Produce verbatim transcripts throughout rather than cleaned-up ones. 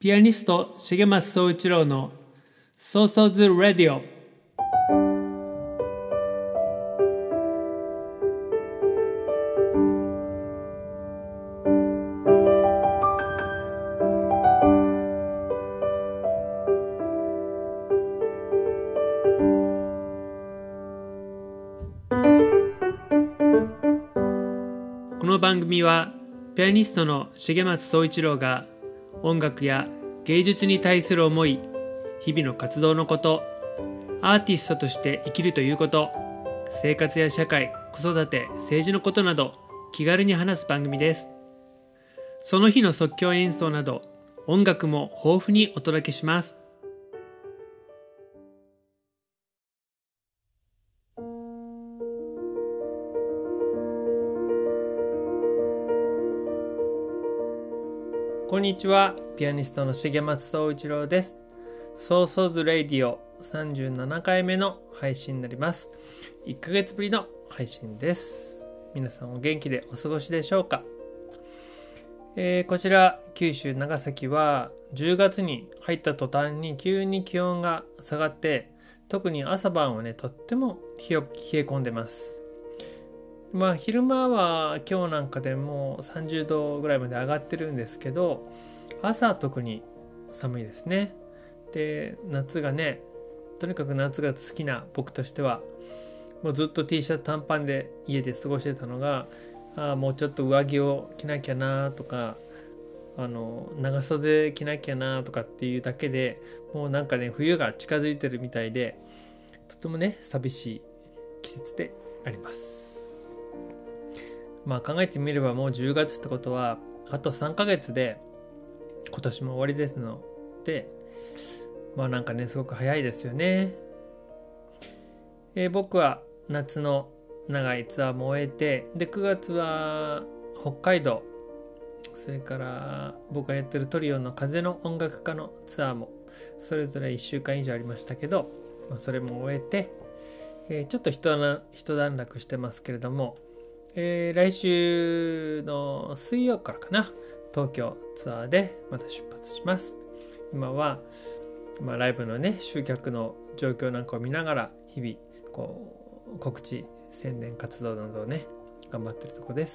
ピアニスト重松総一郎のソーソーズラディオ。この番組はピアニストの重松総一郎が音楽や芸術に対する思い、日々の活動のこと、アーティストとして生きるということ、生活や社会、子育て、政治のことなど気軽に話す番組です。その日の即興演奏など音楽も豊富にお届けします。こんにちは、ピアニストの重松総一郎です。ソーソーズレディオさんじゅうななかいめの配信になります。いっかげつぶりの配信です。皆さんお元気でお過ごしでしょうか。えー、こちら九州長崎はじゅうがつに入った途端に急に気温が下がって、特に朝晩はねとっても冷え込んでます。まあ昼間は今日なんかでもうさんじゅうどぐらいまで上がってるんですけど、朝は特に寒いですね。で、夏がね、とにかく夏が好きな僕としてはもうずっと T シャツ短パンで家で過ごしてたのが、あもうちょっと上着を着なきゃなとか、あの長袖着なきゃなとかっていうだけでもうなんかね冬が近づいてるみたいで、とてもね寂しい季節であります。まあ考えてみればもうじゅうがつってことはあとさんかげつで今年も終わりですので、まあなんかねすごく早いですよね。えー、僕は夏の長いツアーも終えて、でくがつは北海道、それから僕がやってるトリオの風の音楽家のツアーもそれぞれいっしゅうかん以上ありましたけど、まあ、それも終えて、えー、ちょっと一段一段落してますけれども、えー、来週の水曜からかな、東京ツアーでまた出発します。今は、まあ、ライブのね集客の状況なんかを見ながら日々こう告知宣伝活動などをね頑張ってるところです。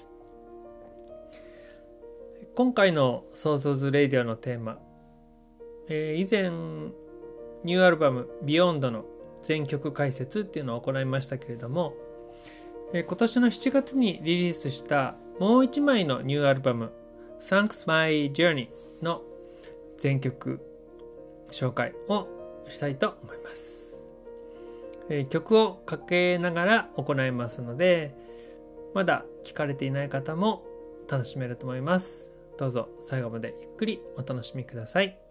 今回のソーソーズレディオのテーマ、えー、以前ニューアルバムビヨンドの全曲解説っていうのを行いましたけれども、今年のしちがつにリリースしたもう一枚のニューアルバム Thanks My Journey の全曲紹介をしたいと思います。曲をかけながら行いますので、まだ聞かれていない方も楽しめると思います。どうぞ最後までゆっくりお楽しみください。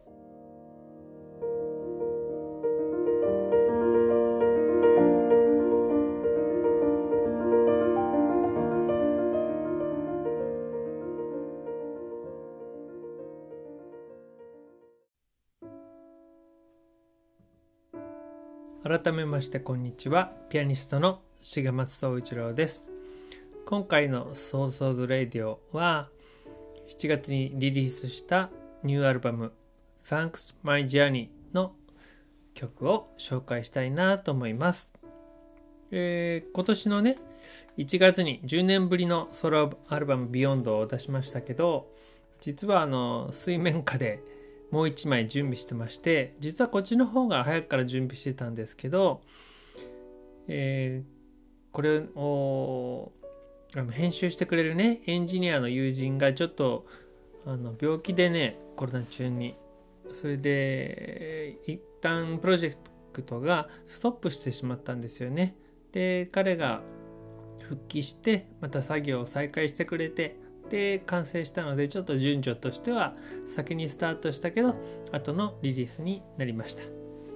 改めましてこんにちは、ピアニストの重松総一郎です。今回のソーソーズレディオはしちがつにリリースしたニューアルバム Thanks My Journey の曲を紹介したいなと思います。えー、今年のねいちがつにじゅうねんぶりのソロアルバム Beyond を出しましたけど、実はあの水面下でもう一枚準備してまして、実はこっちの方が早くから準備してたんですけど、えー、これをあの編集してくれるねエンジニアの友人がちょっとあの病気でねコロナ中に、それで一旦プロジェクトがストップしてしまったんですよね。で彼が復帰してまた作業を再開してくれて、で完成したのでちょっと順序としては先にスタートしたけど後のリリースになりました。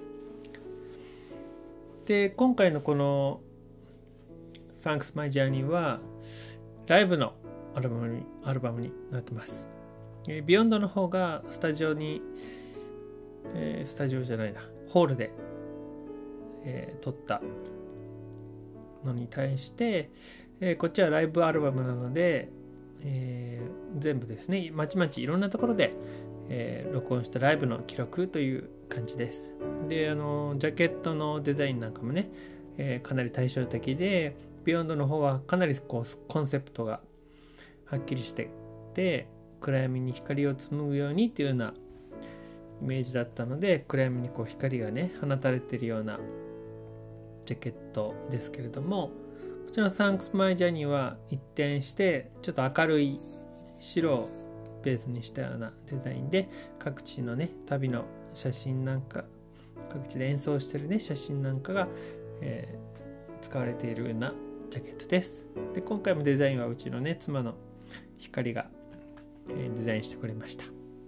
で今回のこの Thanks My Journey はライブのアルバムに、アルバムになってます。えー、ビヨンドの方がスタジオに、えー、スタジオじゃないなホールで、えー、撮ったのに対して、えー、こっちはライブアルバムなので、えー、全部ですねまちまちいろんなところでえー、録音したライブの記録という感じです。で、あのジャケットのデザインなんかもね、えー、かなり対照的で、ビヨンドの方はかなりこうコンセプトがはっきりしてて、暗闇に光を紡ぐようにっていうようなイメージだったので、暗闇にこう光がね放たれているようなジャケットですけれども、こちらの Thanks My Journey は一転してちょっと明るい白をベースにしたようなデザインで、各地のね旅の写真なんか、各地で演奏してるね写真なんかが、えー、使われているようなジャケットです。で、今回もデザインはうちのね妻の光が、えー、デザインしてくれました。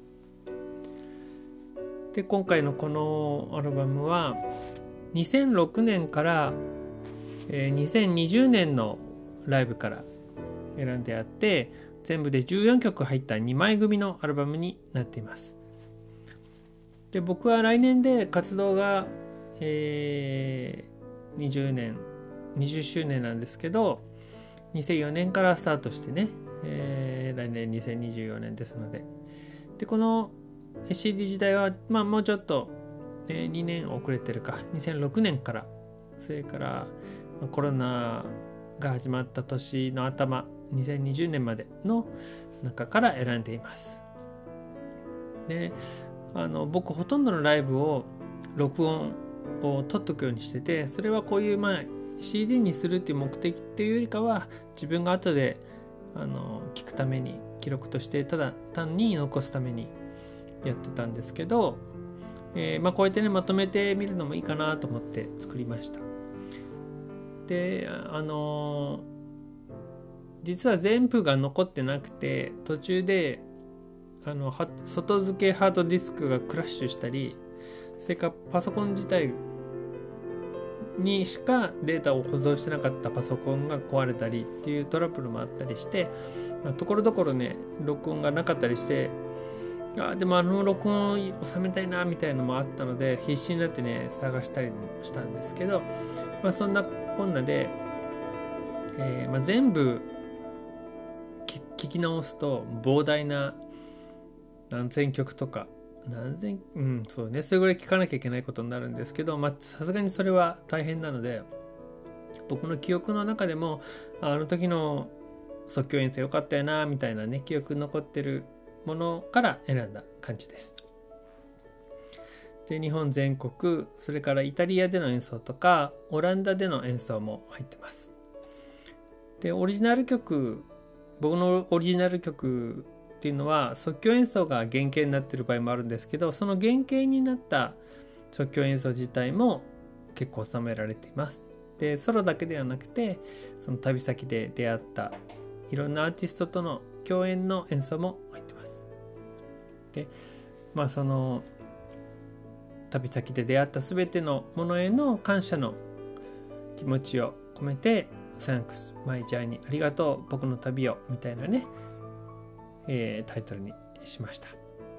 で、今回のこのアルバムはにせんろくねんから、えー、にせんにじゅうねんのライブから選んであって、全部でじゅうよんきょく入ったにまい組のアルバムになっています。で、僕は来年で活動が、えー、にじゅうねんにじゅっしゅうねんなんですけど、にせんよねんからスタートしてね、えー、来年にせんにじゅうよねんですので、でこの シーディー 時代は、まあ、もうちょっと、えー、にねん遅れてるか、にせんろくねんから、それから、まあ、コロナが始まった年の頭、にせんにじゅうねんまでの中から選んでいます。で、あの僕ほとんどのライブを録音を取っとくようにしてて、それはこういう、まあ、シーディー にするっていう目的っていうよりかは、自分が後であの聞くために、記録としてただ単に残すためにやってたんですけど、えーまあ、こうやってねまとめてみるのもいいかなと思って作りました。で、あのー実は全部が残ってなくて、途中であの外付けハードディスクがクラッシュしたり、それからパソコン自体にしかデータを保存してなかったパソコンが壊れたりっていうトラブルもあったりして、まあ、ところどころね録音がなかったりして、あでもあの録音を収めたいなみたいなのもあったので、必死になってね探したりもしたんですけど、まあ、そんなこんなで、えーまあ、全部聞き直すと膨大な何千曲とか何千うんそうねそれぐらい聞かなきゃいけないことになるんですけど、まあさすがにそれは大変なので、僕の記憶の中でもあの時の即興演奏良かったよなみたいなね記憶に残ってるものから選んだ感じです。で、日本全国、それからイタリアでの演奏とかオランダでの演奏も入ってます。で、オリジナル曲、僕のオリジナル曲っていうのは即興演奏が原型になっている場合もあるんですけど、その原型になった即興演奏自体も結構収められています。で、ソロだけではなくて、その旅先で出会ったいろんなアーティストとの共演の演奏も入ってます。で、まあその旅先で出会った全てのものへの感謝の気持ちを込めて、Thanks My Journey、 ありがとう僕の旅をみたいなね、えー、タイトルにしました。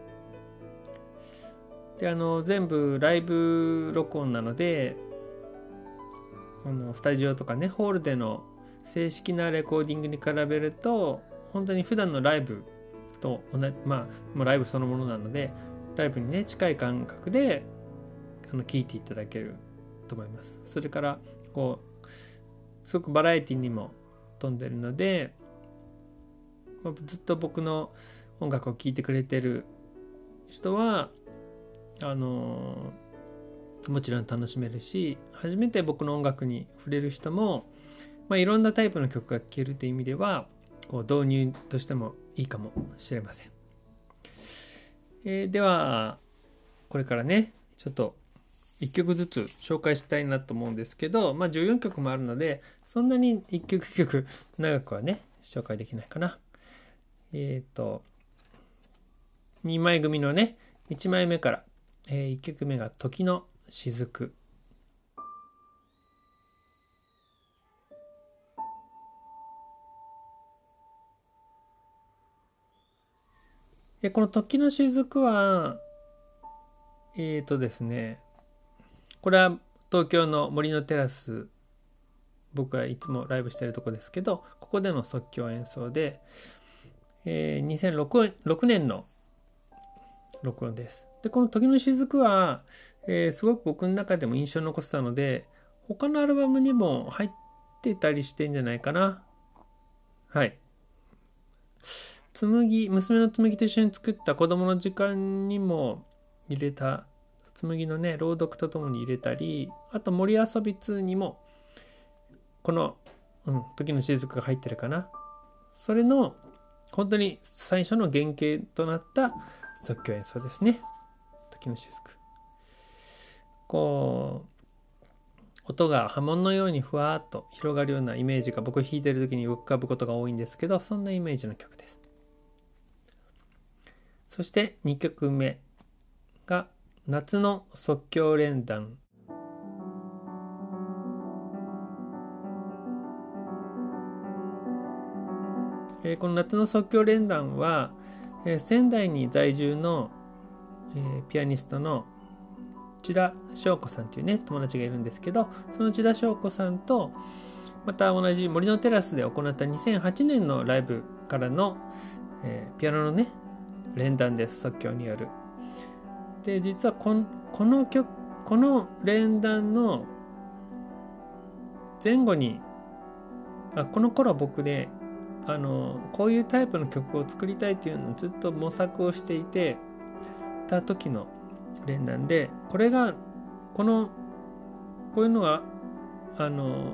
で、あの全部ライブ録音なので、あのスタジオとかねホールでの正式なレコーディングに比べると本当に普段のライブと同じ、まあもうライブそのものなので、ライブにね近い感覚であの聴いていただけると思います。それからこうすごくバラエティにも富んでるので、まあ、ずっと僕の音楽を聴いてくれてる人はあのー、もちろん楽しめるし、初めて僕の音楽に触れる人も、まあ、いろんなタイプの曲が聴けるという意味ではこう導入としてもいいかもしれません。えー、ではこれからねちょっといっきょくずつ紹介したいなと思うんですけど、まあじゅうよんきょくもあるのでそんなにいっきょくいっきょく長くはね紹介できないかな。えっとにまい組のねいちまいめから、えー、いっきょくめが時の雫。でこの時の雫はえっとですねこれは東京の森のテラス、僕がいつもライブしてるとこですけど、ここでの即興演奏で、えー、にせんろくねんの録音です。でこの時の雫は、えー、すごく僕の中でも印象に残ってたので、他のアルバムにも入ってたりしてんじゃないかな。はい。紬、娘の紬と一緒に作った子供の時間にも入れた、紬のね、朗読とともに入れたり、あと森遊びににも、この、うん、時の雫が入ってるかな。それの、本当に最初の原型となった即興演奏ですね。時の雫。こう、音が波紋のようにふわーっと広がるようなイメージが僕弾いてる時に浮かぶことが多いんですけど、そんなイメージの曲です。そしてにきょくめが夏の即興連弾。えー、この夏の即興連弾は、えー、仙台に在住の、えー、ピアニストの千田翔子さんというね友達がいるんですけど、その千田翔子さんとまた同じ森のテラスで行ったにせんはちねんのライブからの、えー、ピアノのね連弾です。即興による。で実はこの、この曲この連弾の前後にあこの頃僕で、ね、あのこういうタイプの曲を作りたいっていうのをずっと模索をしていてた時の連弾で、これがこのこういうのがあの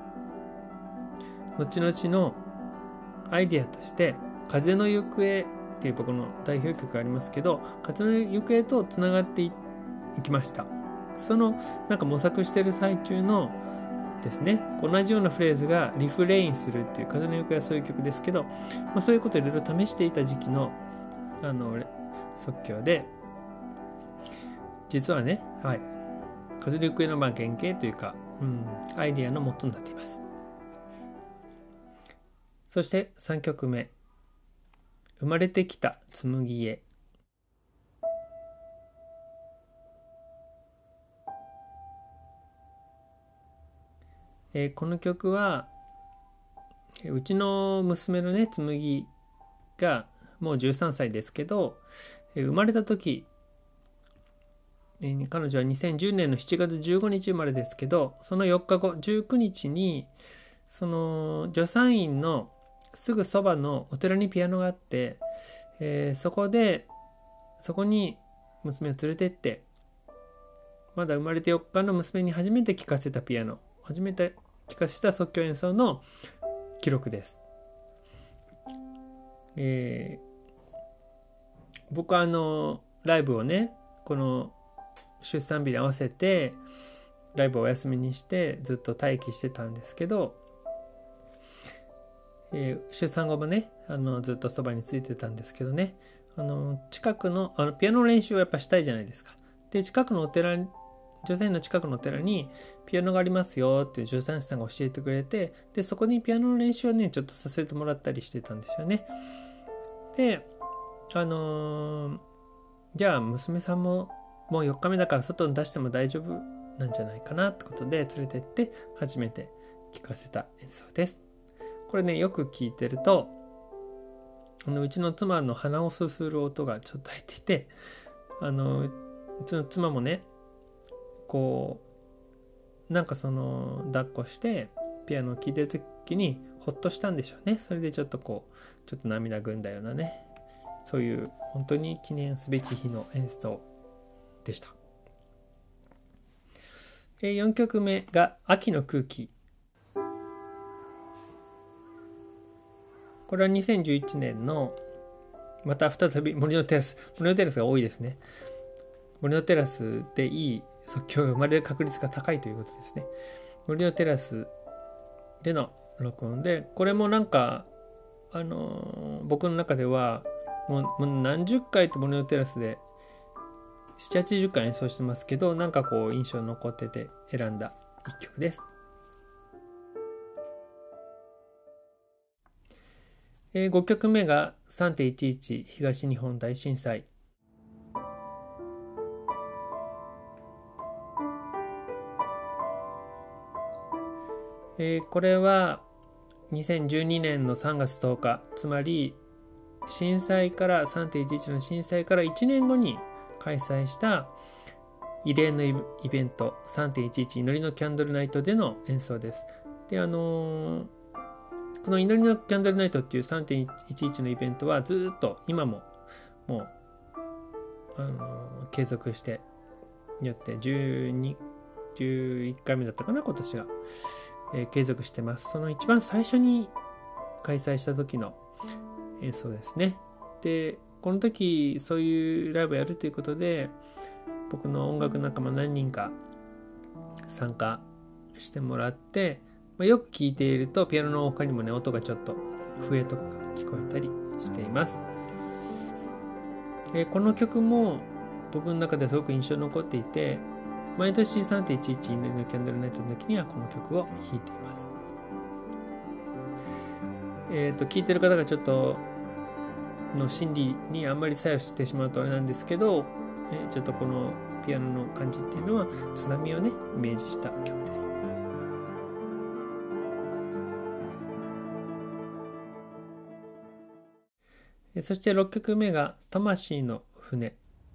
後々のアイディアとして「風の行方」っていう僕の代表曲がありますけど、風の行方とつながって い, いきました。そのなんか模索してる最中のですね、同じようなフレーズがリフレインするっていう、風の行方はそういう曲ですけど、まあ、そういうことをいろいろ試していた時期のあの即興で、実はね、はい、風の行方のまあ原型というか、うん、アイディアの元になっています。そしてさんきょくめ、生まれてきた紬へ。えー、この曲はうちの娘のね紬がもうじゅうさんさいですけど、えー、生まれた時、えー、彼女はにせんじゅうねんのしちがつじゅうごにち生まれですけど、そのよっかごじゅうくにちにその助産院のすぐそばのお寺にピアノがあって、えー、そこでそこに娘を連れてって、まだ生まれてよっかの娘に初めて聴かせたピアノ、初めて聴かせた即興演奏の記録です。えー、僕はあのライブをね、この出産日に合わせてライブをお休みにしてずっと待機してたんですけど、えー、出産後もねあのずっとそばについてたんですけどね、あの近くのあのピアノの練習をやっぱしたいじゃないですか。で近くのお寺、助産院の近くのお寺にピアノがありますよっていう助産師さんが教えてくれて、でそこにピアノの練習をねちょっとさせてもらったりしてたんですよね。であのー、じゃあ娘さんももうよっかめだから外に出しても大丈夫なんじゃないかなってことで連れてって初めて聴かせた演奏です。これねよく聴いてるとあのうちの妻の鼻をすする音がちょっと入っていて、あのうちの妻もねこうなんかその抱っこしてピアノを聴いてる時にほっとしたんでしょうね。それでちょっとこうちょっと涙ぐんだようなね、そういう本当に記念すべき日の演奏でした。よんきょくめが秋の空気。これはにせんじゅういちねんのまた再び森のテラス森のテラスが多いですね。森のテラスでいい即興が生まれる確率が高いということですね。森のテラスでの録音で、これもなんかあのー、僕の中ではもう、もう何十回と森のテラスでななじゅうはちじゅっかい演奏してますけど、なんかこう印象に残ってて選んだ一曲です。えー、ごきょくめが さんてんいちいち 東日本大震災。えー、これはにせんじゅうにねんのさんがつとおか、つまり震災から さんてんいちいち の震災からいちねんごに開催した異例のイベント さんてんいちいち 祈りのキャンドルナイトでの演奏です。であのー、この祈りのキャンドルナイトっていう さんてんいちいち のイベントはずっと今ももう、あのー、継続してやってじゅうに、じゅういっかいめだったかな今年が、えー、継続してます。その一番最初に開催した時の演奏ですね。でこの時そういうライブやるということで僕の音楽仲間何人か参加してもらって、まあ、よく聴いているとピアノの他にもね音がちょっと笛とかが聞こえたりしています。えー、この曲も僕の中ですごく印象に残っていて、毎年 さんてんいちいち 祈りのキャンドルナイトの時にはこの曲を弾いています。えっと聴いてる方がちょっとの心理にあんまり作用してしまうとあれなんですけど、えー、ちょっとこのピアノの感じっていうのは津波をねイメージした曲です。えそしてろっきょくめが魂の船。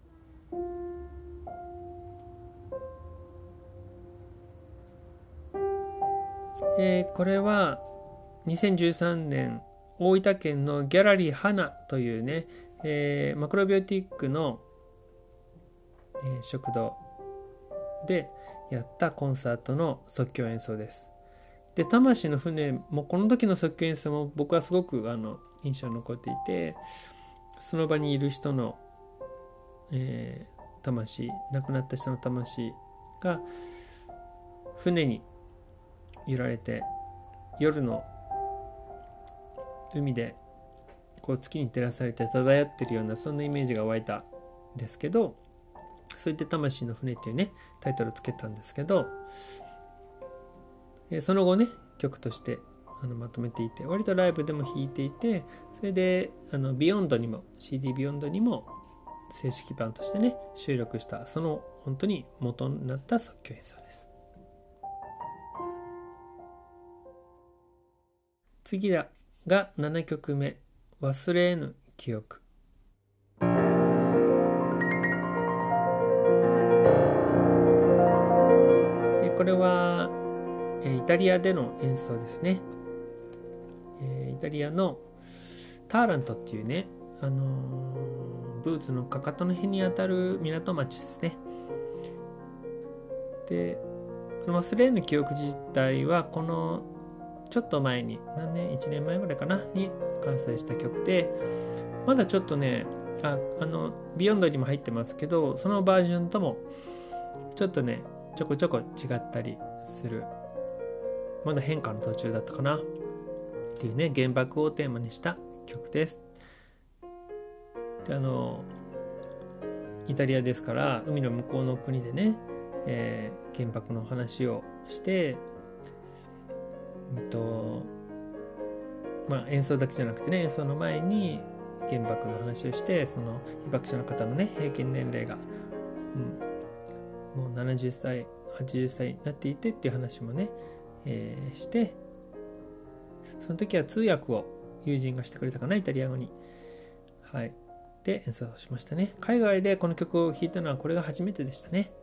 えー、これはにせんじゅうさんねん大分県のギャラリー花というね、えー、マクロビオティックの、えー、食堂でやったコンサートの即興演奏です。で魂の船もこの時の即興演奏も僕はすごくあの印象に残っていて、その場にいる人の、えー、魂、亡くなった人の魂が船に揺られて夜の海でこう月に照らされて漂ってるようなそんなイメージが湧いたんですけど、そういった魂の船っていうねタイトルをつけたんですけど、その後ね曲としてあのまとめていて、割とライブでも弾いていて、それであのビヨンドにも シーディー ビヨンドにも正式版としてね収録した、その本当に元になった即興演奏です。次がななきょくめ、忘れぬ記憶。これはイタリアでの演奏ですね。イタリアのターラントっていうね、あのー、ブーツのかかとの辺にあたる港町ですね。で、忘れぬ記憶自体はこのちょっと前に何年いちねんまえぐらいかなに完成した曲で、まだちょっとねああのビヨンドにも入ってますけど、そのバージョンともちょっとねちょこちょこ違ったりする、まだ変化の途中だったかなっていうね原爆をテーマにした曲です。であのイタリアですから海の向こうの国でね、えー、原爆の話をしてうんとまあ、演奏だけじゃなくてね、演奏の前に原爆の話をして、その被爆者の方のね平均年齢が、うん、もうななじゅっさいはちじゅっさいになっていてっていう話もね、えー、して、その時は通訳を友人がしてくれたかな、イタリア語に。はい。で演奏しましたね。海外でこの曲を弾いたのはこれが初めてでしたね。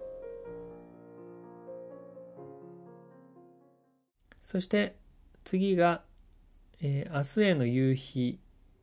そして次が、えー、明日への夕日。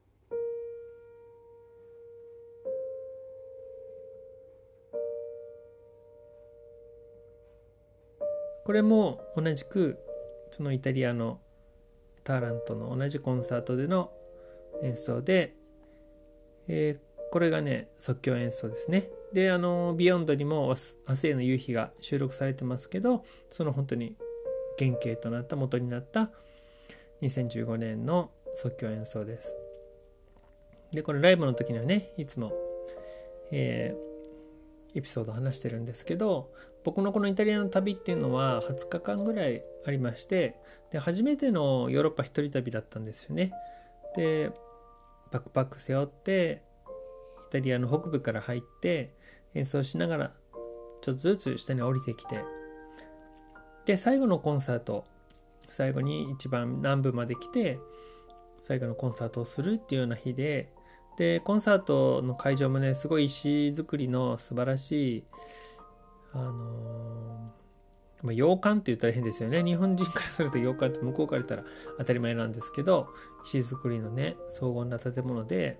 これも同じくそのイタリアのターラントの同じコンサートでの演奏で、えー、これがね即興演奏ですね。であのビヨンドにも明日への夕日が収録されてますけど、その本当に原型となった元になったにせんじゅうごねんの即興演奏です。でこれライブの時にはねいつも、えー、エピソードを話してるんですけど、僕のこのイタリアの旅っていうのははつかかんぐらいありまして、で初めてのヨーロッパ一人旅だったんですよね。でバックパック背負ってイタリアの北部から入って演奏しながらちょっとずつ下に降りてきて、で最後のコンサート、最後に一番南部まで来て最後のコンサートをするっていうような日で、 でコンサートの会場もねすごい石造りの素晴らしいあのーまあ、洋館って言ったら変ですよね。日本人からすると洋館って向こうから言ったら当たり前なんですけど、石造りのね荘厳な建物で、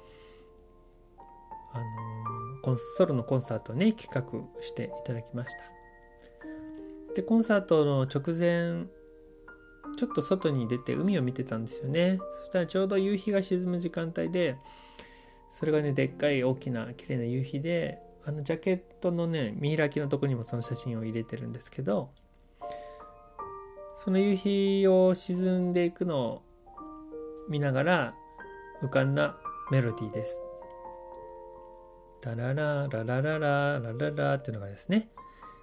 あのー、コンソロのコンサートをね企画していただきました。でコンサートの直前ちょっと外に出て海を見てたんですよね。そしたらちょうど夕日が沈む時間帯で、それがねでっかい大きな綺麗な夕日で、あのジャケットのね見開きのところにもその写真を入れてるんですけど、その夕日を沈んでいくのを見ながら浮かんだメロディーです。タラララララララララっていうのがですね、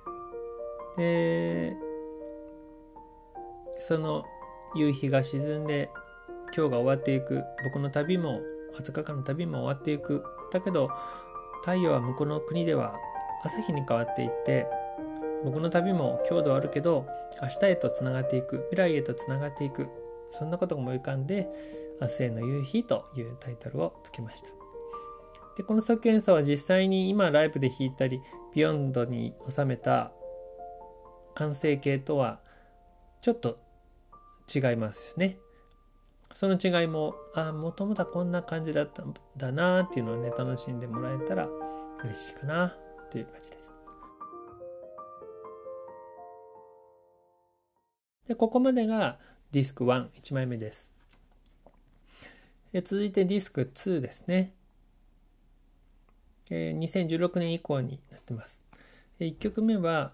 でその夕日が沈んで今日が終わっていく、僕の旅もはつかかんの旅も終わっていく。だけど太陽は向こうの国では朝日に変わっていって、僕の旅も今日で終わるけど明日へとつながっていく、未来へとつながっていく、そんなことが思い浮かんで明日への夕日というタイトルをつけました。でこの即興演奏は実際に今ライブで弾いたりビヨンドに収めた完成形とはちょっと違いますね。その違いもあもともとはこんな感じだったんだなっていうのをね楽しんでもらえたら嬉しいかなという感じです。でここまでがディスクワン、いちまいめです。で続いてディスクツーですね。えー、にせんじゅうろくねん以降になってます。いっきょくめは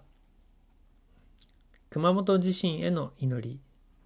熊本地震への祈り。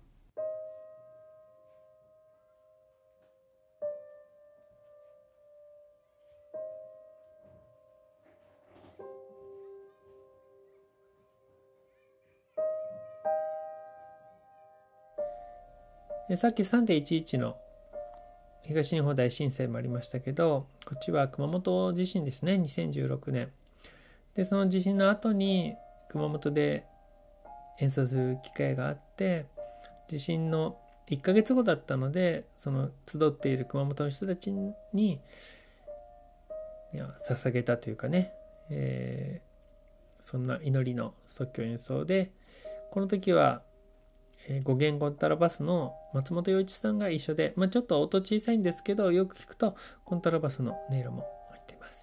さっき さんてんいちいち の東日本大震災もありましたけど、こっちは熊本地震ですね、にせんじゅうろくねん。でその地震の後に熊本で演奏する機会があって、地震のいっかげつごだったので、その集っている熊本の人たちにいや捧げたというかね、えー、そんな祈りの即興演奏で、この時は五弦コントラバスの松本洋一さんが一緒で、まあ、ちょっと音小さいんですけど、よく聞くとコントラバスの音色も入っています。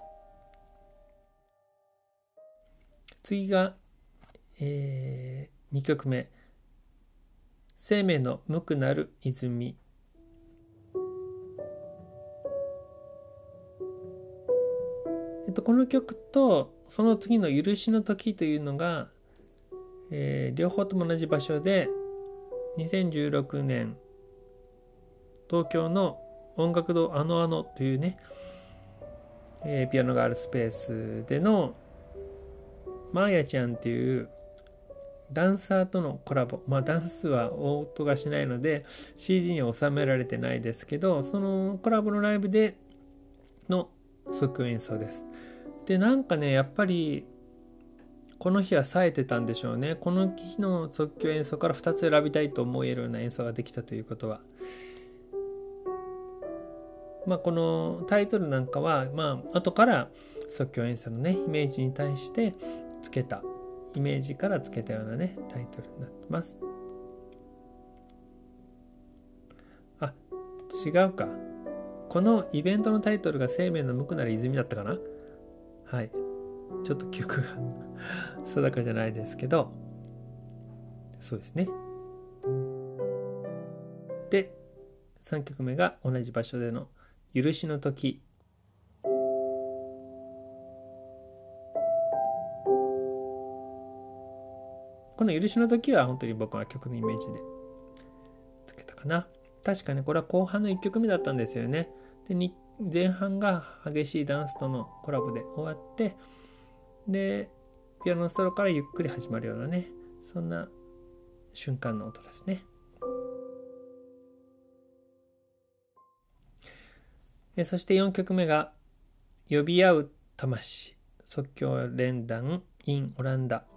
次が、えー、にきょくめ、生命の無くなる泉。えっと、この曲とその次の許しの時というのが、えー、両方とも同じ場所でにせんじゅうろくねん東京の音楽堂あのあのというね、えー、ピアノがあるスペースでのマーヤちゃんっていうダンサーとのコラボ、まあダンスは音がしないので シーディー には収められてないですけど、そのコラボのライブでの即興演奏です。でなんかねやっぱりこの日は冴えてたんでしょうね。この日の即興演奏からふたつ選びたいと思えるような演奏ができたということは、まあこのタイトルなんかはまあ後から即興演奏のねイメージに対してつけたイメージからつけたようなねタイトルになってます。あ、違うか。このイベントのタイトルが生命の無くなる泉だったかな。はい。ちょっと記憶が定かじゃないですけど、そうですね。で、さんきょくめが同じ場所での許しの時。この許しの時は本当に僕は曲のイメージでつけたかな。確かにこれは後半のいっきょくめだったんですよね。で、前半が激しいダンスとのコラボで終わって、でピアノのソロからゆっくり始まるようなね、そんな瞬間の音ですね。えそしてよんきょくめが呼び合う魂、即興連弾 in オランダ。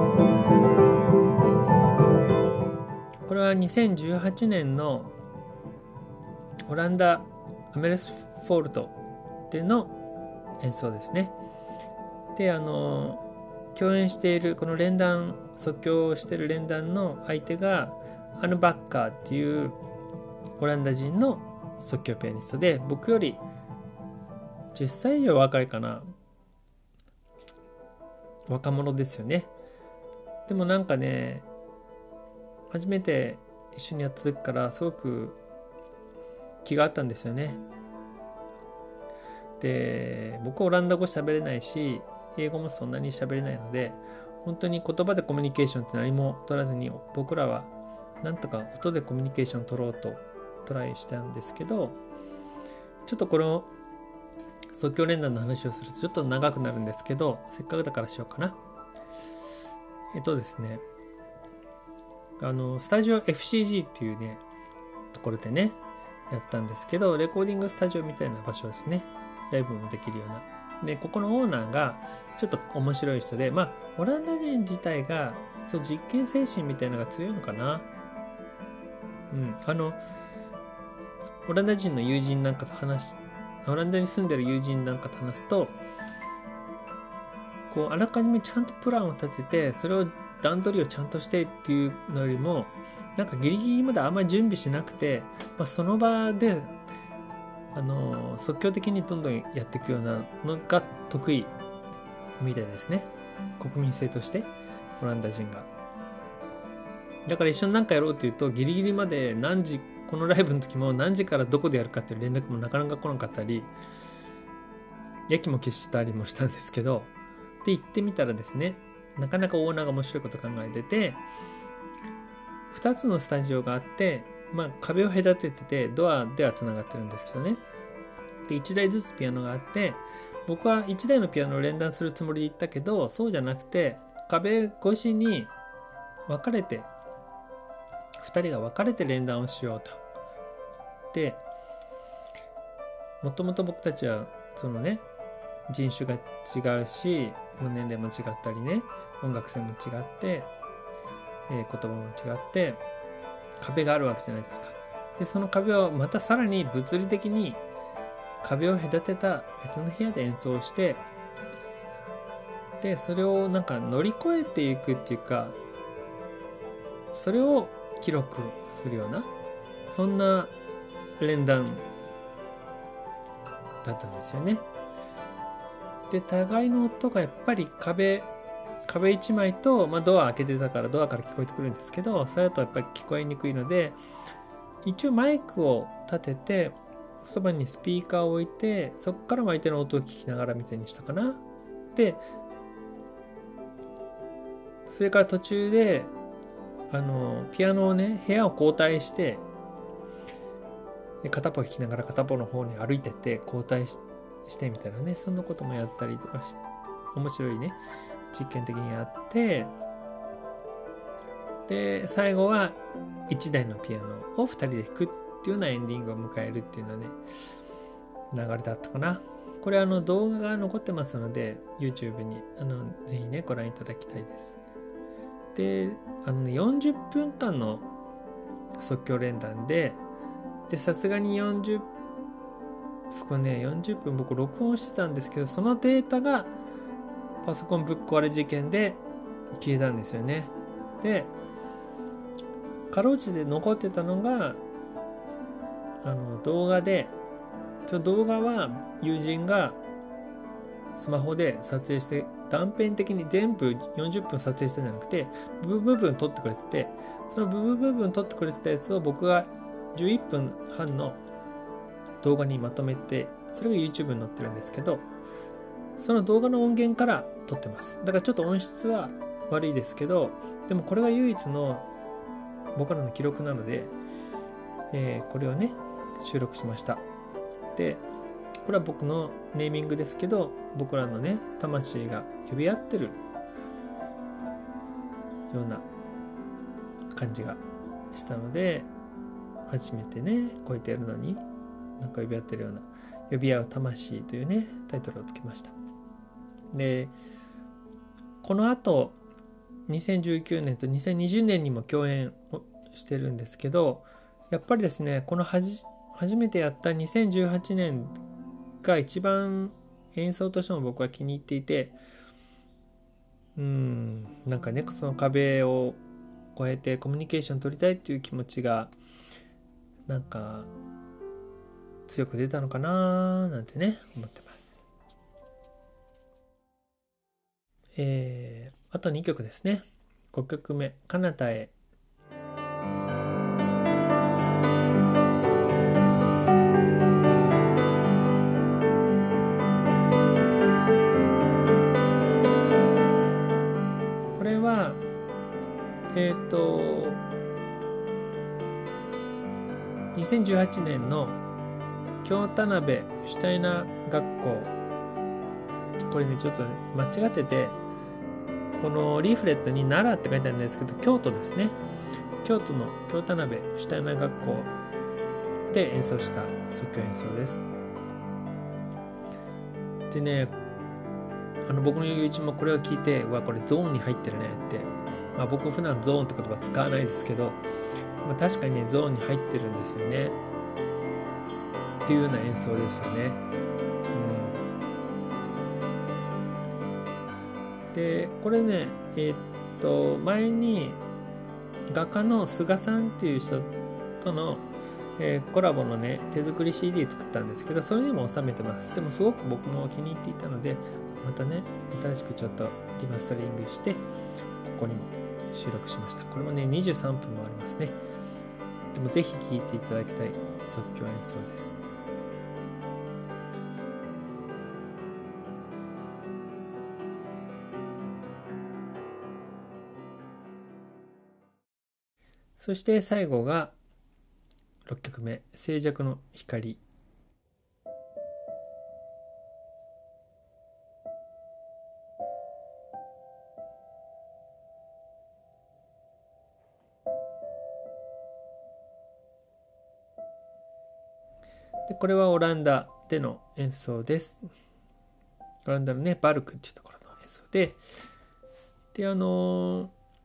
これはにせんじゅうはちねんのオランダアメルスフォールトでの演奏ですね。であの共演しているこの連弾即興をしている連弾の相手がアヌ・バッカーっていうオランダ人の即興ピアニストで、僕よりじゅっさい以上若いかな、若者ですよね。でもなんかね、初めて一緒にやった時からすごく気があったんですよね。で僕はオランダ語喋れないし英語もそんなに喋れないので、本当に言葉でコミュニケーションって何も取らずに、僕らはなんとか音でコミュニケーション取ろうとトライしたんですけど、ちょっとこの即興連弾の話をするとちょっと長くなるんですけど、せっかくだからしようかな。えっとですねあのスタジオ エフシージー っていうねところでねやったんですけど、レコーディングスタジオみたいな場所ですね。ライブもできるような。でここのオーナーがちょっと面白い人で、まあオランダ人自体がそう実験精神みたいなのが強いのかな。うんあのオランダ人の友人なんかと話しオランダに住んでる友人なんかと話すと、こうあらかじめちゃんとプランを立てて、それを段取りをちゃんとしてっていうのよりも、なんかギリギリまであんまり準備しなくて、まあ、その場であの即興的にどんどんやっていくようなのが得意みたいですね、国民性としてオランダ人が。だから一緒に何かやろうっていうと、ギリギリまで何時、このライブの時も何時からどこでやるかっていう連絡もなかなか来なかったり、駅も消したりもしたんですけど、で行ってみたらですね、なかなかオーナーが面白いこと考えてて、ふたつのスタジオがあって、まあ壁を隔てててドアではつながってるんですけどね。でいちだいずつピアノがあって、僕はいちだいのピアノを連弾するつもりで行ったけど、そうじゃなくて壁越しに分かれてふたりが分かれて連弾をしようと。でもともと僕たちはそのね人種が違うし、年齢も違ったりね、音楽性も違って、えー、言葉も違って壁があるわけじゃないですか。でその壁をまたさらに物理的に壁を隔てた別の部屋で演奏して、でそれをなんか乗り越えていくっていうか、それを記録するような、そんな連弾だったんですよね。で互いの音がやっぱり壁壁一枚と、まあ、ドア開けてたからドアから聞こえてくるんですけど、それだとやっぱり聞こえにくいので、一応マイクを立ててそばにスピーカーを置いて、そこから相手の音を聞きながらみたいにしたかな。でそれから途中であのピアノをね、部屋を交代して、で片方弾きながら片方の方に歩いてって交代ししてみたいなね、そんなこともやったりとかし、面白いね実験的にやって、で最後はいちだいのピアノをふたりで弾くっていうようなエンディングを迎えるっていうのはね流れだったかな。これあの動画が残ってますので YouTube にあのぜひねご覧いただきたいです。であのねよんじゅっぷんかんの即興連弾で、でさすがによんじゅうそこねよんじゅっぷん僕録音してたんですけど、そのデータがパソコンぶっ壊れ事件で消えたんですよね。でかろうじて残ってたのがあの動画で、その動画は友人がスマホで撮影して断片的に全部よんじゅっぷん撮影したんじゃなくて部分部分撮ってくれてて、その部分部分撮ってくれてたやつを僕がじゅういっぷんはんの動画にまとめて、それが YouTube に載ってるんですけど、その動画の音源から撮ってます。だからちょっと音質は悪いですけど、でもこれが唯一の僕らの記録なので、えー、これをね収録しました。でこれは僕のネーミングですけど、僕らのね魂が呼び合ってるような感じがしたので、初めてねこうやってやるのになんか呼び合ってるような、呼び合う魂というねタイトルをつけました。でこの後にせんじゅうきゅうねんとにせんにじゅうねんにも共演をしてるんですけど、やっぱりですねこのはじ初めてやったにせんじゅうはちねんが一番演奏としても僕は気に入っていて、うーんなんかねその壁を越えてコミュニケーション取りたいっていう気持ちがなんか強く出たのかななんてね思ってます。えー、あとにきょくですね。ごきょくめ、彼方へ。これはえっとにせんじゅうはちねんの京田辺シュタイナー学校、これねちょっと間違ってて、このリーフレットに奈良って書いてあるんですけど、京都ですね。京都の京田辺シュタイナー学校で演奏した即興演奏です。でね、あの僕の友人もこれを聞いて、うわこれゾーンに入ってるねって、まあ、僕普段ゾーンって言葉使わないですけど、まあ、確かにねゾーンに入ってるんですよねっていうような演奏ですよね。うん、でこれねえー、っと前に画家の菅さんっていう人との、えー、コラボのね手作り シーディー 作ったんですけど、それにも収めてます。でもすごく僕も気に入っていたので、またね新しくちょっとリマスタリングしてここにも収録しました。これもねにじゅうさんぷんもありますね。でもぜひ聴いていただきたい即興演奏です。そして最後がろっきょくめ、静寂の光。でこれはオランダでの演奏です。オランダのねバルクっていうところの演奏で、であのー、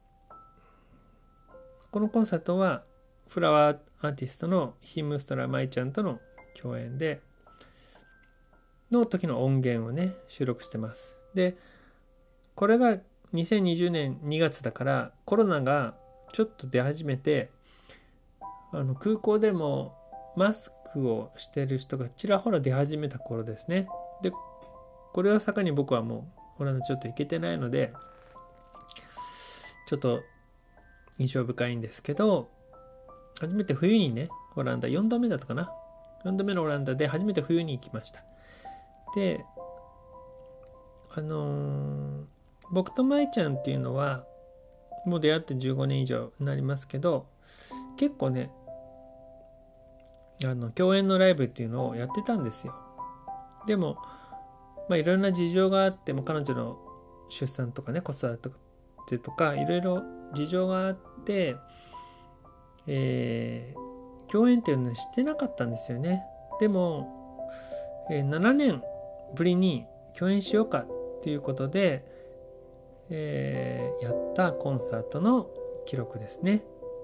このコンサートはフラワーアーティストのヒムストラ舞ちゃんとの共演での時の音源をね収録してます。でこれがにせんにじゅうねんにがつだからコロナがちょっと出始めて、あの空港でもマスクをしてる人がちらほら出始めた頃ですね。でこれを境に僕はもうオランダちょっと行けてないのでちょっと印象深いんですけど、初めて冬にねオランダよんどめだったかな、よんどめのオランダで初めて冬に行きました。であのー、僕と舞ちゃんっていうのはもう出会ってじゅうごねん以上になりますけど、結構ねあの共演のライブっていうのをやってたんですよ。でもまあいろんな事情があって、も彼女の出産とかね子育てとかいろいろ事情があって、えー、共演っていうのをしてなかったんですよね。でも、えー、ななねんぶりに共演しようかっていうことで、えー、やったコンサートの記録ですね。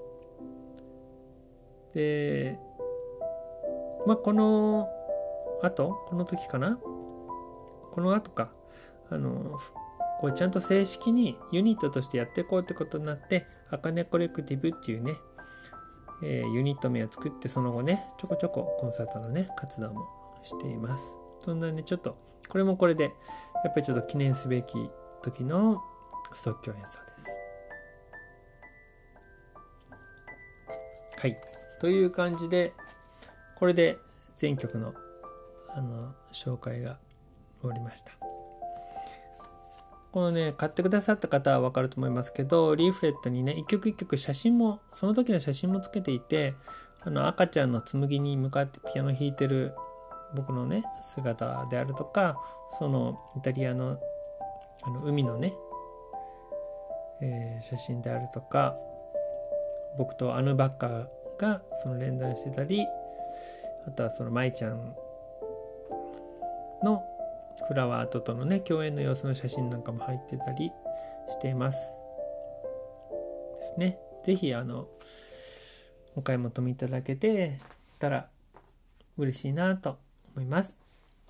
でまあこの後この時かなこの後かあのこうちゃんと正式にユニットとしてやっていこうってことになって、あかねコレクティブっていうね、えー、ユニット名を作って、その後ねちょこちょこコンサートのね活動もしています。そんなねちょっとこれもこれでやっぱりちょっと記念すべき時の即興演奏です。はい、という感じでこれで全曲のあの紹介が終わりました。このね買ってくださった方は分かると思いますけど、リーフレットにね一曲一曲写真もその時の写真もつけていて、あの赤ちゃんの紬に向かってピアノ弾いてる僕のね姿であるとか、そのイタリアのあの海のね、えー、写真であるとか、僕とアヌバッカがその連弾してたり、あとはその舞ちゃんのフラワーアートとのね共演の様子の写真なんかも入ってたりしていますですね。ぜひあのお買い求めいただけてたら嬉しいなと思います。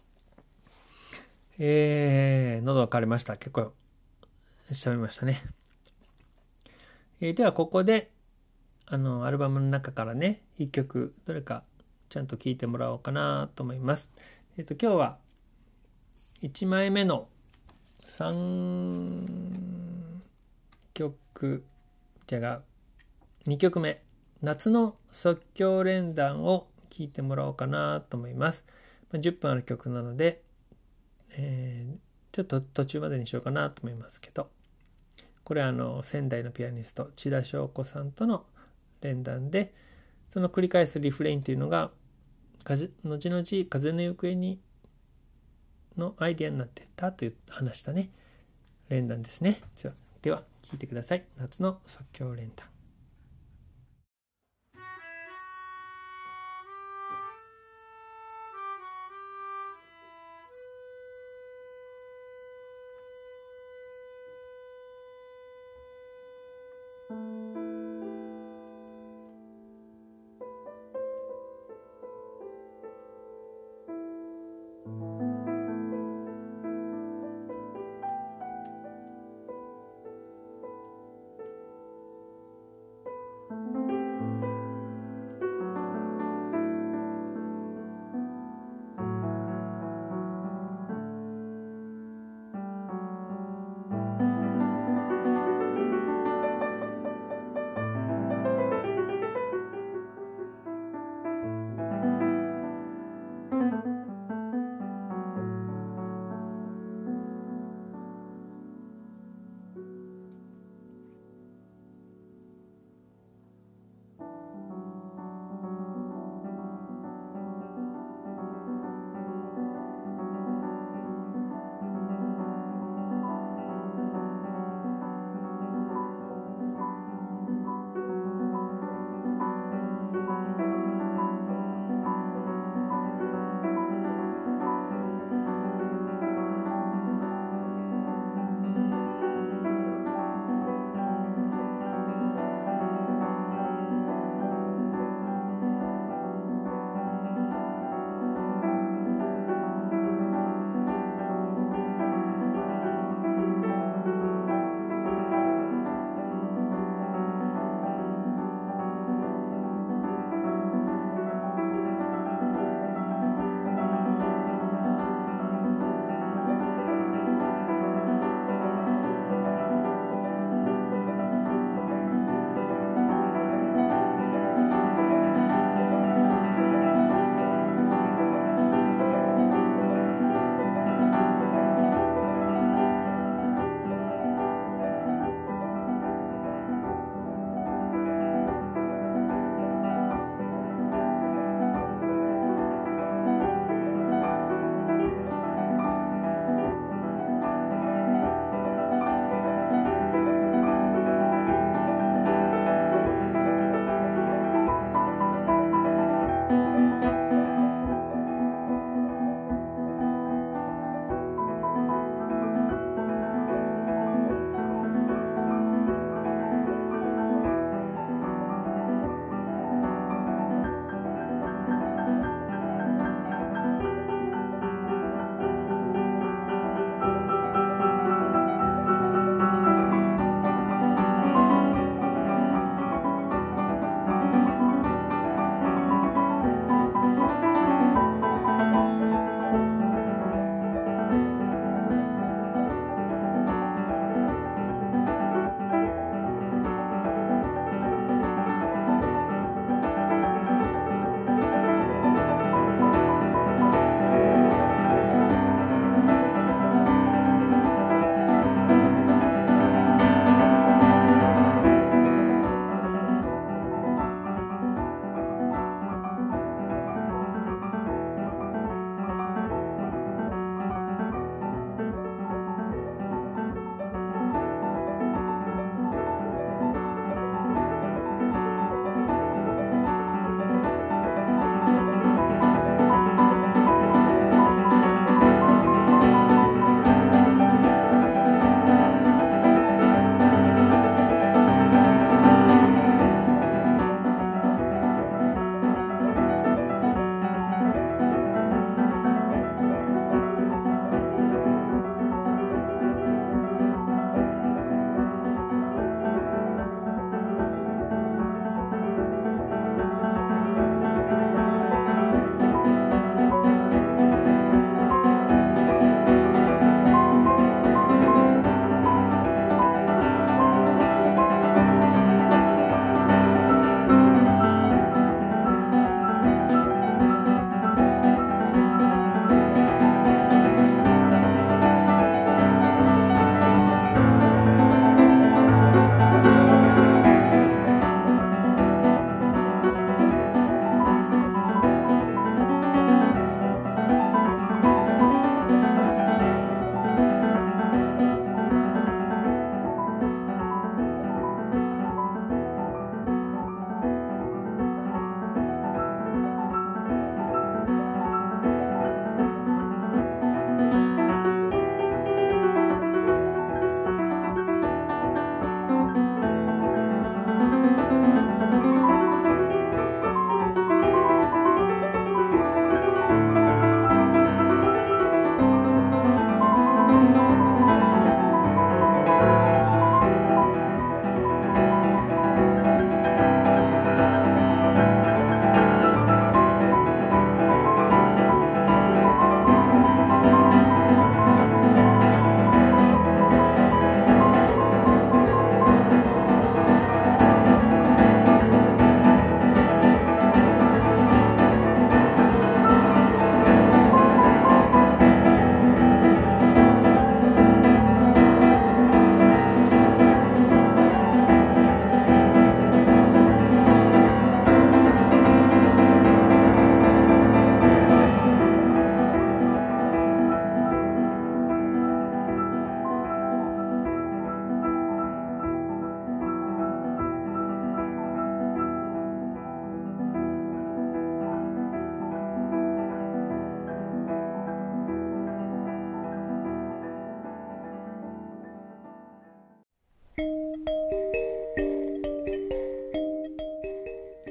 えー、喉が枯れました。結構喋りましたね。えー、ではここであのアルバムの中からねいっきょくどれかちゃんと聴いてもらおうかなと思います。えっと今日はいちまいめのさんきょくじゃがにきょくめ夏の即興連弾を聴いてもらおうかなと思います。じゅっぷんある曲なので、えー、ちょっと途中までにしようかなと思いますけど、これはあの仙台のピアニスト千田翔子さんとの連弾で、その繰り返すリフレインっていうのが風後々風の行方にのアイデアになっていったという話したね連弾ですね。では聴いてください。夏の即興連弾。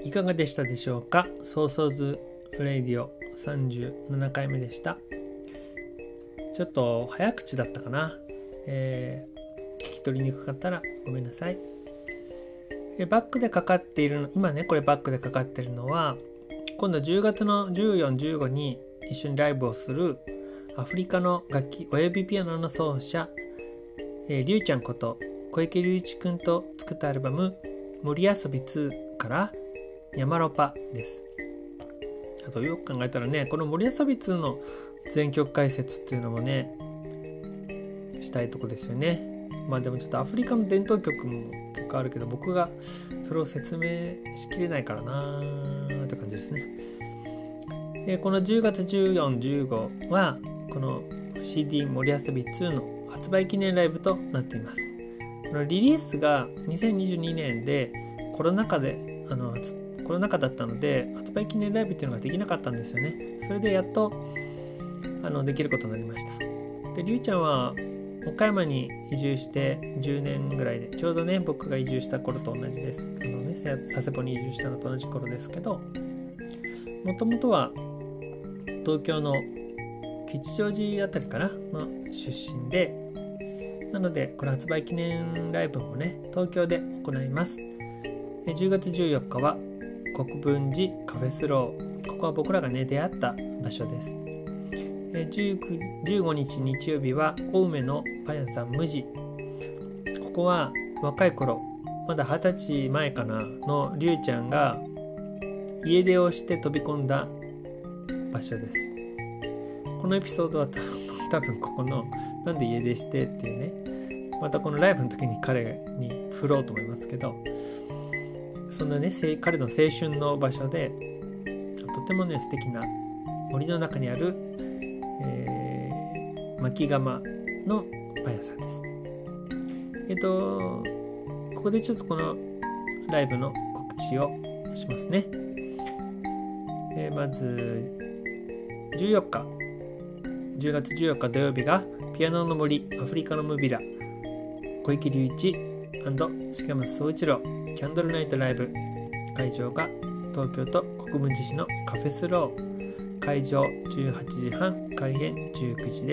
いかがでしたでしょうか。ソーソーズレディオさんじゅうななかいめでした。ちょっと早口だったかな、えー、聞き取りにくかったらごめんなさい。えバックでかかっているの今ねこれバックでかかっているのは今度じゅうがつのじゅうよん、じゅうごに一緒にライブをするアフリカの楽器親指ピアノの奏者、えー、りゅうちゃんこと小池隆一くんと作ったアルバム森遊びツーからニャマロパです。あとよく考えたらねこの森遊びツーの全曲解説っていうのもねしたいとこですよね。まあでもちょっとアフリカの伝統曲も結構あるけど僕がそれを説明しきれないからなーって感じですね。えー、このじゅうがつじゅうよっか、じゅうごはこの シーディー 森遊びツーの発売記念ライブとなっています。このリリースがにせんにじゅうにねんでコロナ禍であのコロナ禍だったので発売記念ライブっていうのができなかったんですよね。それでやっとあのできることになりました。でりゅうちゃんは岡山に移住してじゅうねんぐらいでちょうどね僕が移住した頃と同じです。あのね佐世保に移住したのと同じ頃ですけど、もともとは東京の吉祥寺あたりかなの出身で、なのでこの発売記念ライブもね東京で行います。じゅうがつじゅうよっかは国分寺カフェスロー、ここは僕らがね出会った場所です。じゅうごにち日曜日は青梅のパン屋さん無地、ここは若い頃まだはたちまえかなのりゅうちゃんが家出をして飛び込んだ場所です。このエピソードは多分ここのなんで家出してっていうねまたこのライブの時に彼に振ろうと思いますけど、そんなね彼の青春の場所でとてもね素敵な森の中にある、えー、巻窯のパン屋さんです。えっとここでちょっとこのライブの告知をしますね。えー、まずじゅうよっかじゅうがつじゅうよっか土曜日がピアノの森アフリカのムビラ小池隆一&重松総一郎キャンドルナイトライブ、会場が東京都国分寺市のカフェスロー、会場じゅうはちじはん開演じゅうくじです。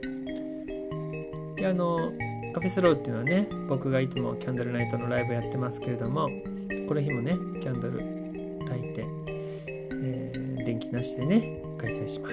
であのカフェスローっていうのはね僕がいつもキャンドルナイトのライブやってますけれども、この日もねキャンドル焚いて、えー、電気なしでね開催します。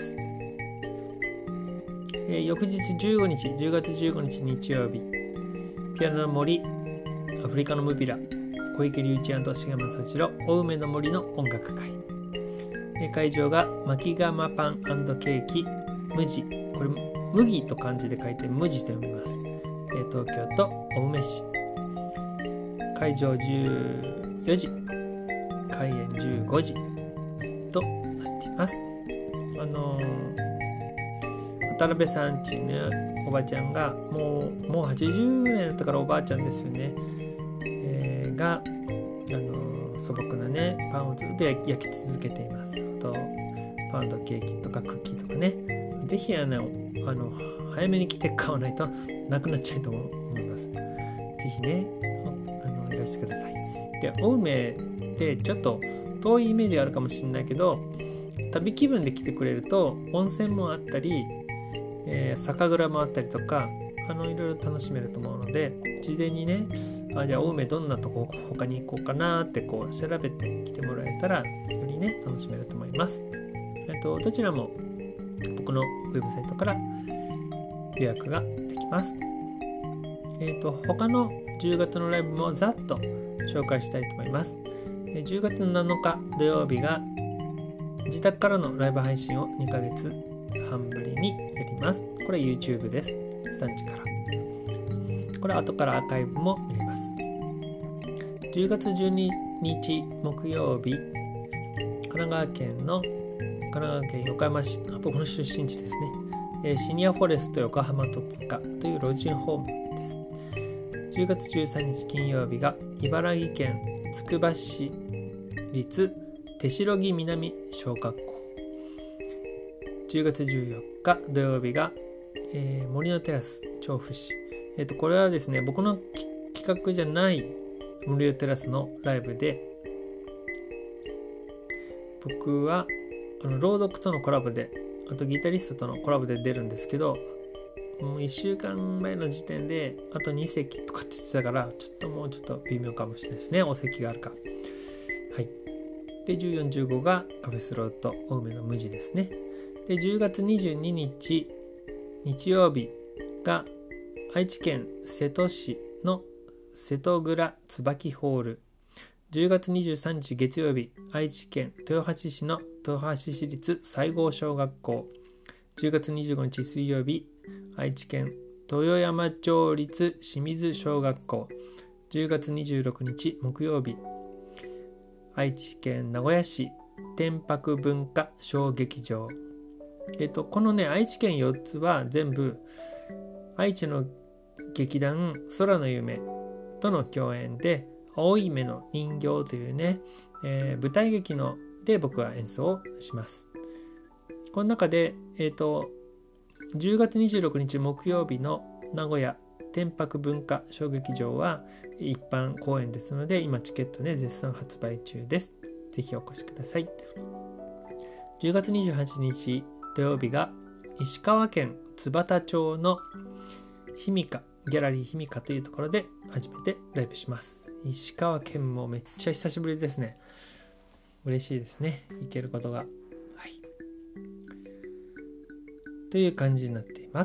えー、翌日じゅうごにちじゅうがつじゅうごにち日曜日、ピアノの森アフリカのムビラ小池隆一&重松総一郎青梅の森の音楽会、えー、会場が巻窯パン&ケーキ無地、これ麦と漢字で書いて無地と読みます。えー、東京都青梅市、会場じゅうよじ開演じゅうごじとなっています。あのー渡辺さんっていうねおばちゃんがもうもうはちじゅうねんだったからおばあちゃんですよね、えー、が、あのー、素朴なねパンをずっと焼き続けています。あとパンとケーキとかクッキーとかね、ぜひあのあの早めに来て買わないとなくなっちゃうと思います。ぜひねあのいらしてください。で青梅ってちょっと遠いイメージがあるかもしれないけど、旅気分で来てくれると温泉もあったり、えー、酒蔵もあったりとかあのいろいろ楽しめると思うので、事前にねあじゃあ青梅どんなとこ他に行こうかなってこう調べてきてもらえたらよりね楽しめると思います。えっとどちらも僕のウェブサイトから予約ができます。えっと他のじゅうがつのライブもざっと紹介したいと思います。じゅうがつのなのか土曜日が自宅からのライブ配信をにかげつはんぶりにやります。これ YouTube です。さんじから。これ後からアーカイブも見れます。じゅうがつじゅうににち木曜日、神奈川県の神奈川県横浜市、僕の出身地ですね、えー、シニアフォレスト横浜戸塚という老人ホームです。じゅうがつじゅうさんにち金曜日が茨城県つくば市立手代木南小学校。じゅうがつじゅうよっか土曜日が、えー、森のテラス調布市。えっとこれはですね僕の企画じゃない森のテラスのライブで、 僕はあの朗読とのコラボで、あとギタリストとのコラボで出るんですけど、もういっしゅうかんまえの時点であとに席とかって言ってたから、ちょっともうちょっと微妙かもしれないですね、お席があるか。はい。でじゅうよん、じゅうごがカフェスロート青梅の無地ですね。でじゅうがつにじゅうににち日曜日が愛知県瀬戸市の瀬戸倉椿ホール。じゅうがつにじゅうさんにち月曜日、愛知県豊橋市の豊橋市立西郷小学校。じゅうがつにじゅうごにち水曜日、愛知県豊山町立清水小学校。じゅうがつにじゅうろくにち木曜日、愛知県名古屋市天白文化小劇場。えっと、このね、愛知県よっつは全部愛知の劇団空の夢との共演で、青い目の人形というね、えー、舞台劇ので僕は演奏をします。この中で、えっと、じゅうがつにじゅうろくにち木曜日の名古屋天白文化小劇場は一般公演ですので、今チケットね絶賛発売中です。ぜひお越しください。じゅうがつにじゅうはちにち土曜日が石川県津幡町のひみかギャラリーひみかというところで初めてライブします。石川県もめっちゃ久しぶりですね。嬉しいですね、行けることが。はい。という感じになっています。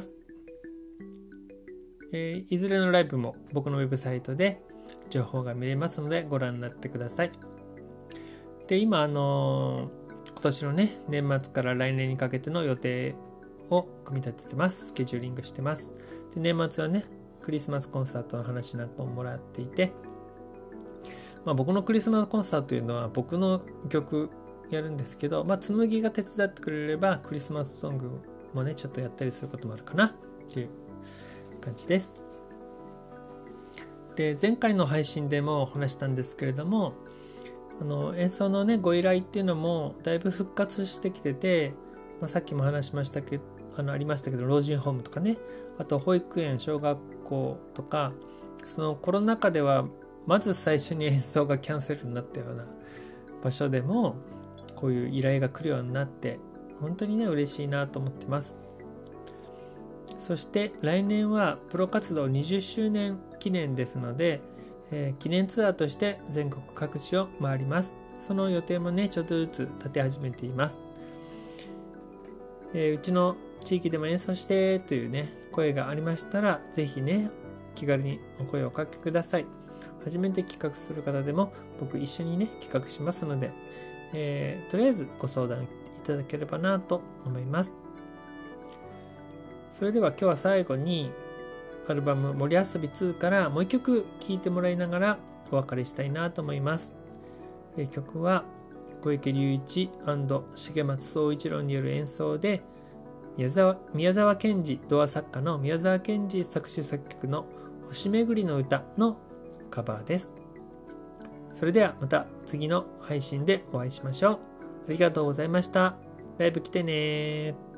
えー、いずれのライブも僕のウェブサイトで情報が見れますのでご覧になってください。で、今あのー、今年のね年末から来年にかけての予定を組み立ててます。スケジューリングしてます。で、年末はねクリスマスコンサートの話なんかももらっていて、まあ、僕のクリスマスコンサートというのは僕の曲やるんですけど、まあ、紬が手伝ってくれればクリスマスソングもねちょっとやったりすることもあるかなっていう感じです。で、前回の配信でも話したんですけれども、あの演奏のねご依頼っていうのもだいぶ復活してきてて、まあ、さっきも話しましたけどあのありましたけど、老人ホームとかね、あと保育園小学校とか、そのコロナ禍ではまず最初に演奏がキャンセルになったような場所でもこういう依頼が来るようになって、本当にね嬉しいなと思ってます。そして来年はプロ活動にじゅっしゅうねん記念ですので、えー、記念ツアーとして全国各地を回ります。その予定もねちょっとずつ立て始めています。えー、うちの地域でも演奏してというね声がありましたら、ぜひね気軽にお声をおかけください。初めて企画する方でも僕一緒にね企画しますので、えー、とりあえずご相談いただければなと思います。それでは今日は最後にアルバム森遊びツーからもう一曲聴いてもらいながらお別れしたいなと思います。えー、曲は小池隆一&重松総一郎による演奏で、宮沢、宮沢賢治、童話作家の宮沢賢治作詞作曲の星めぐりの歌のカバーです。それではまた次の配信でお会いしましょう。ありがとうございました。ライブ来てね。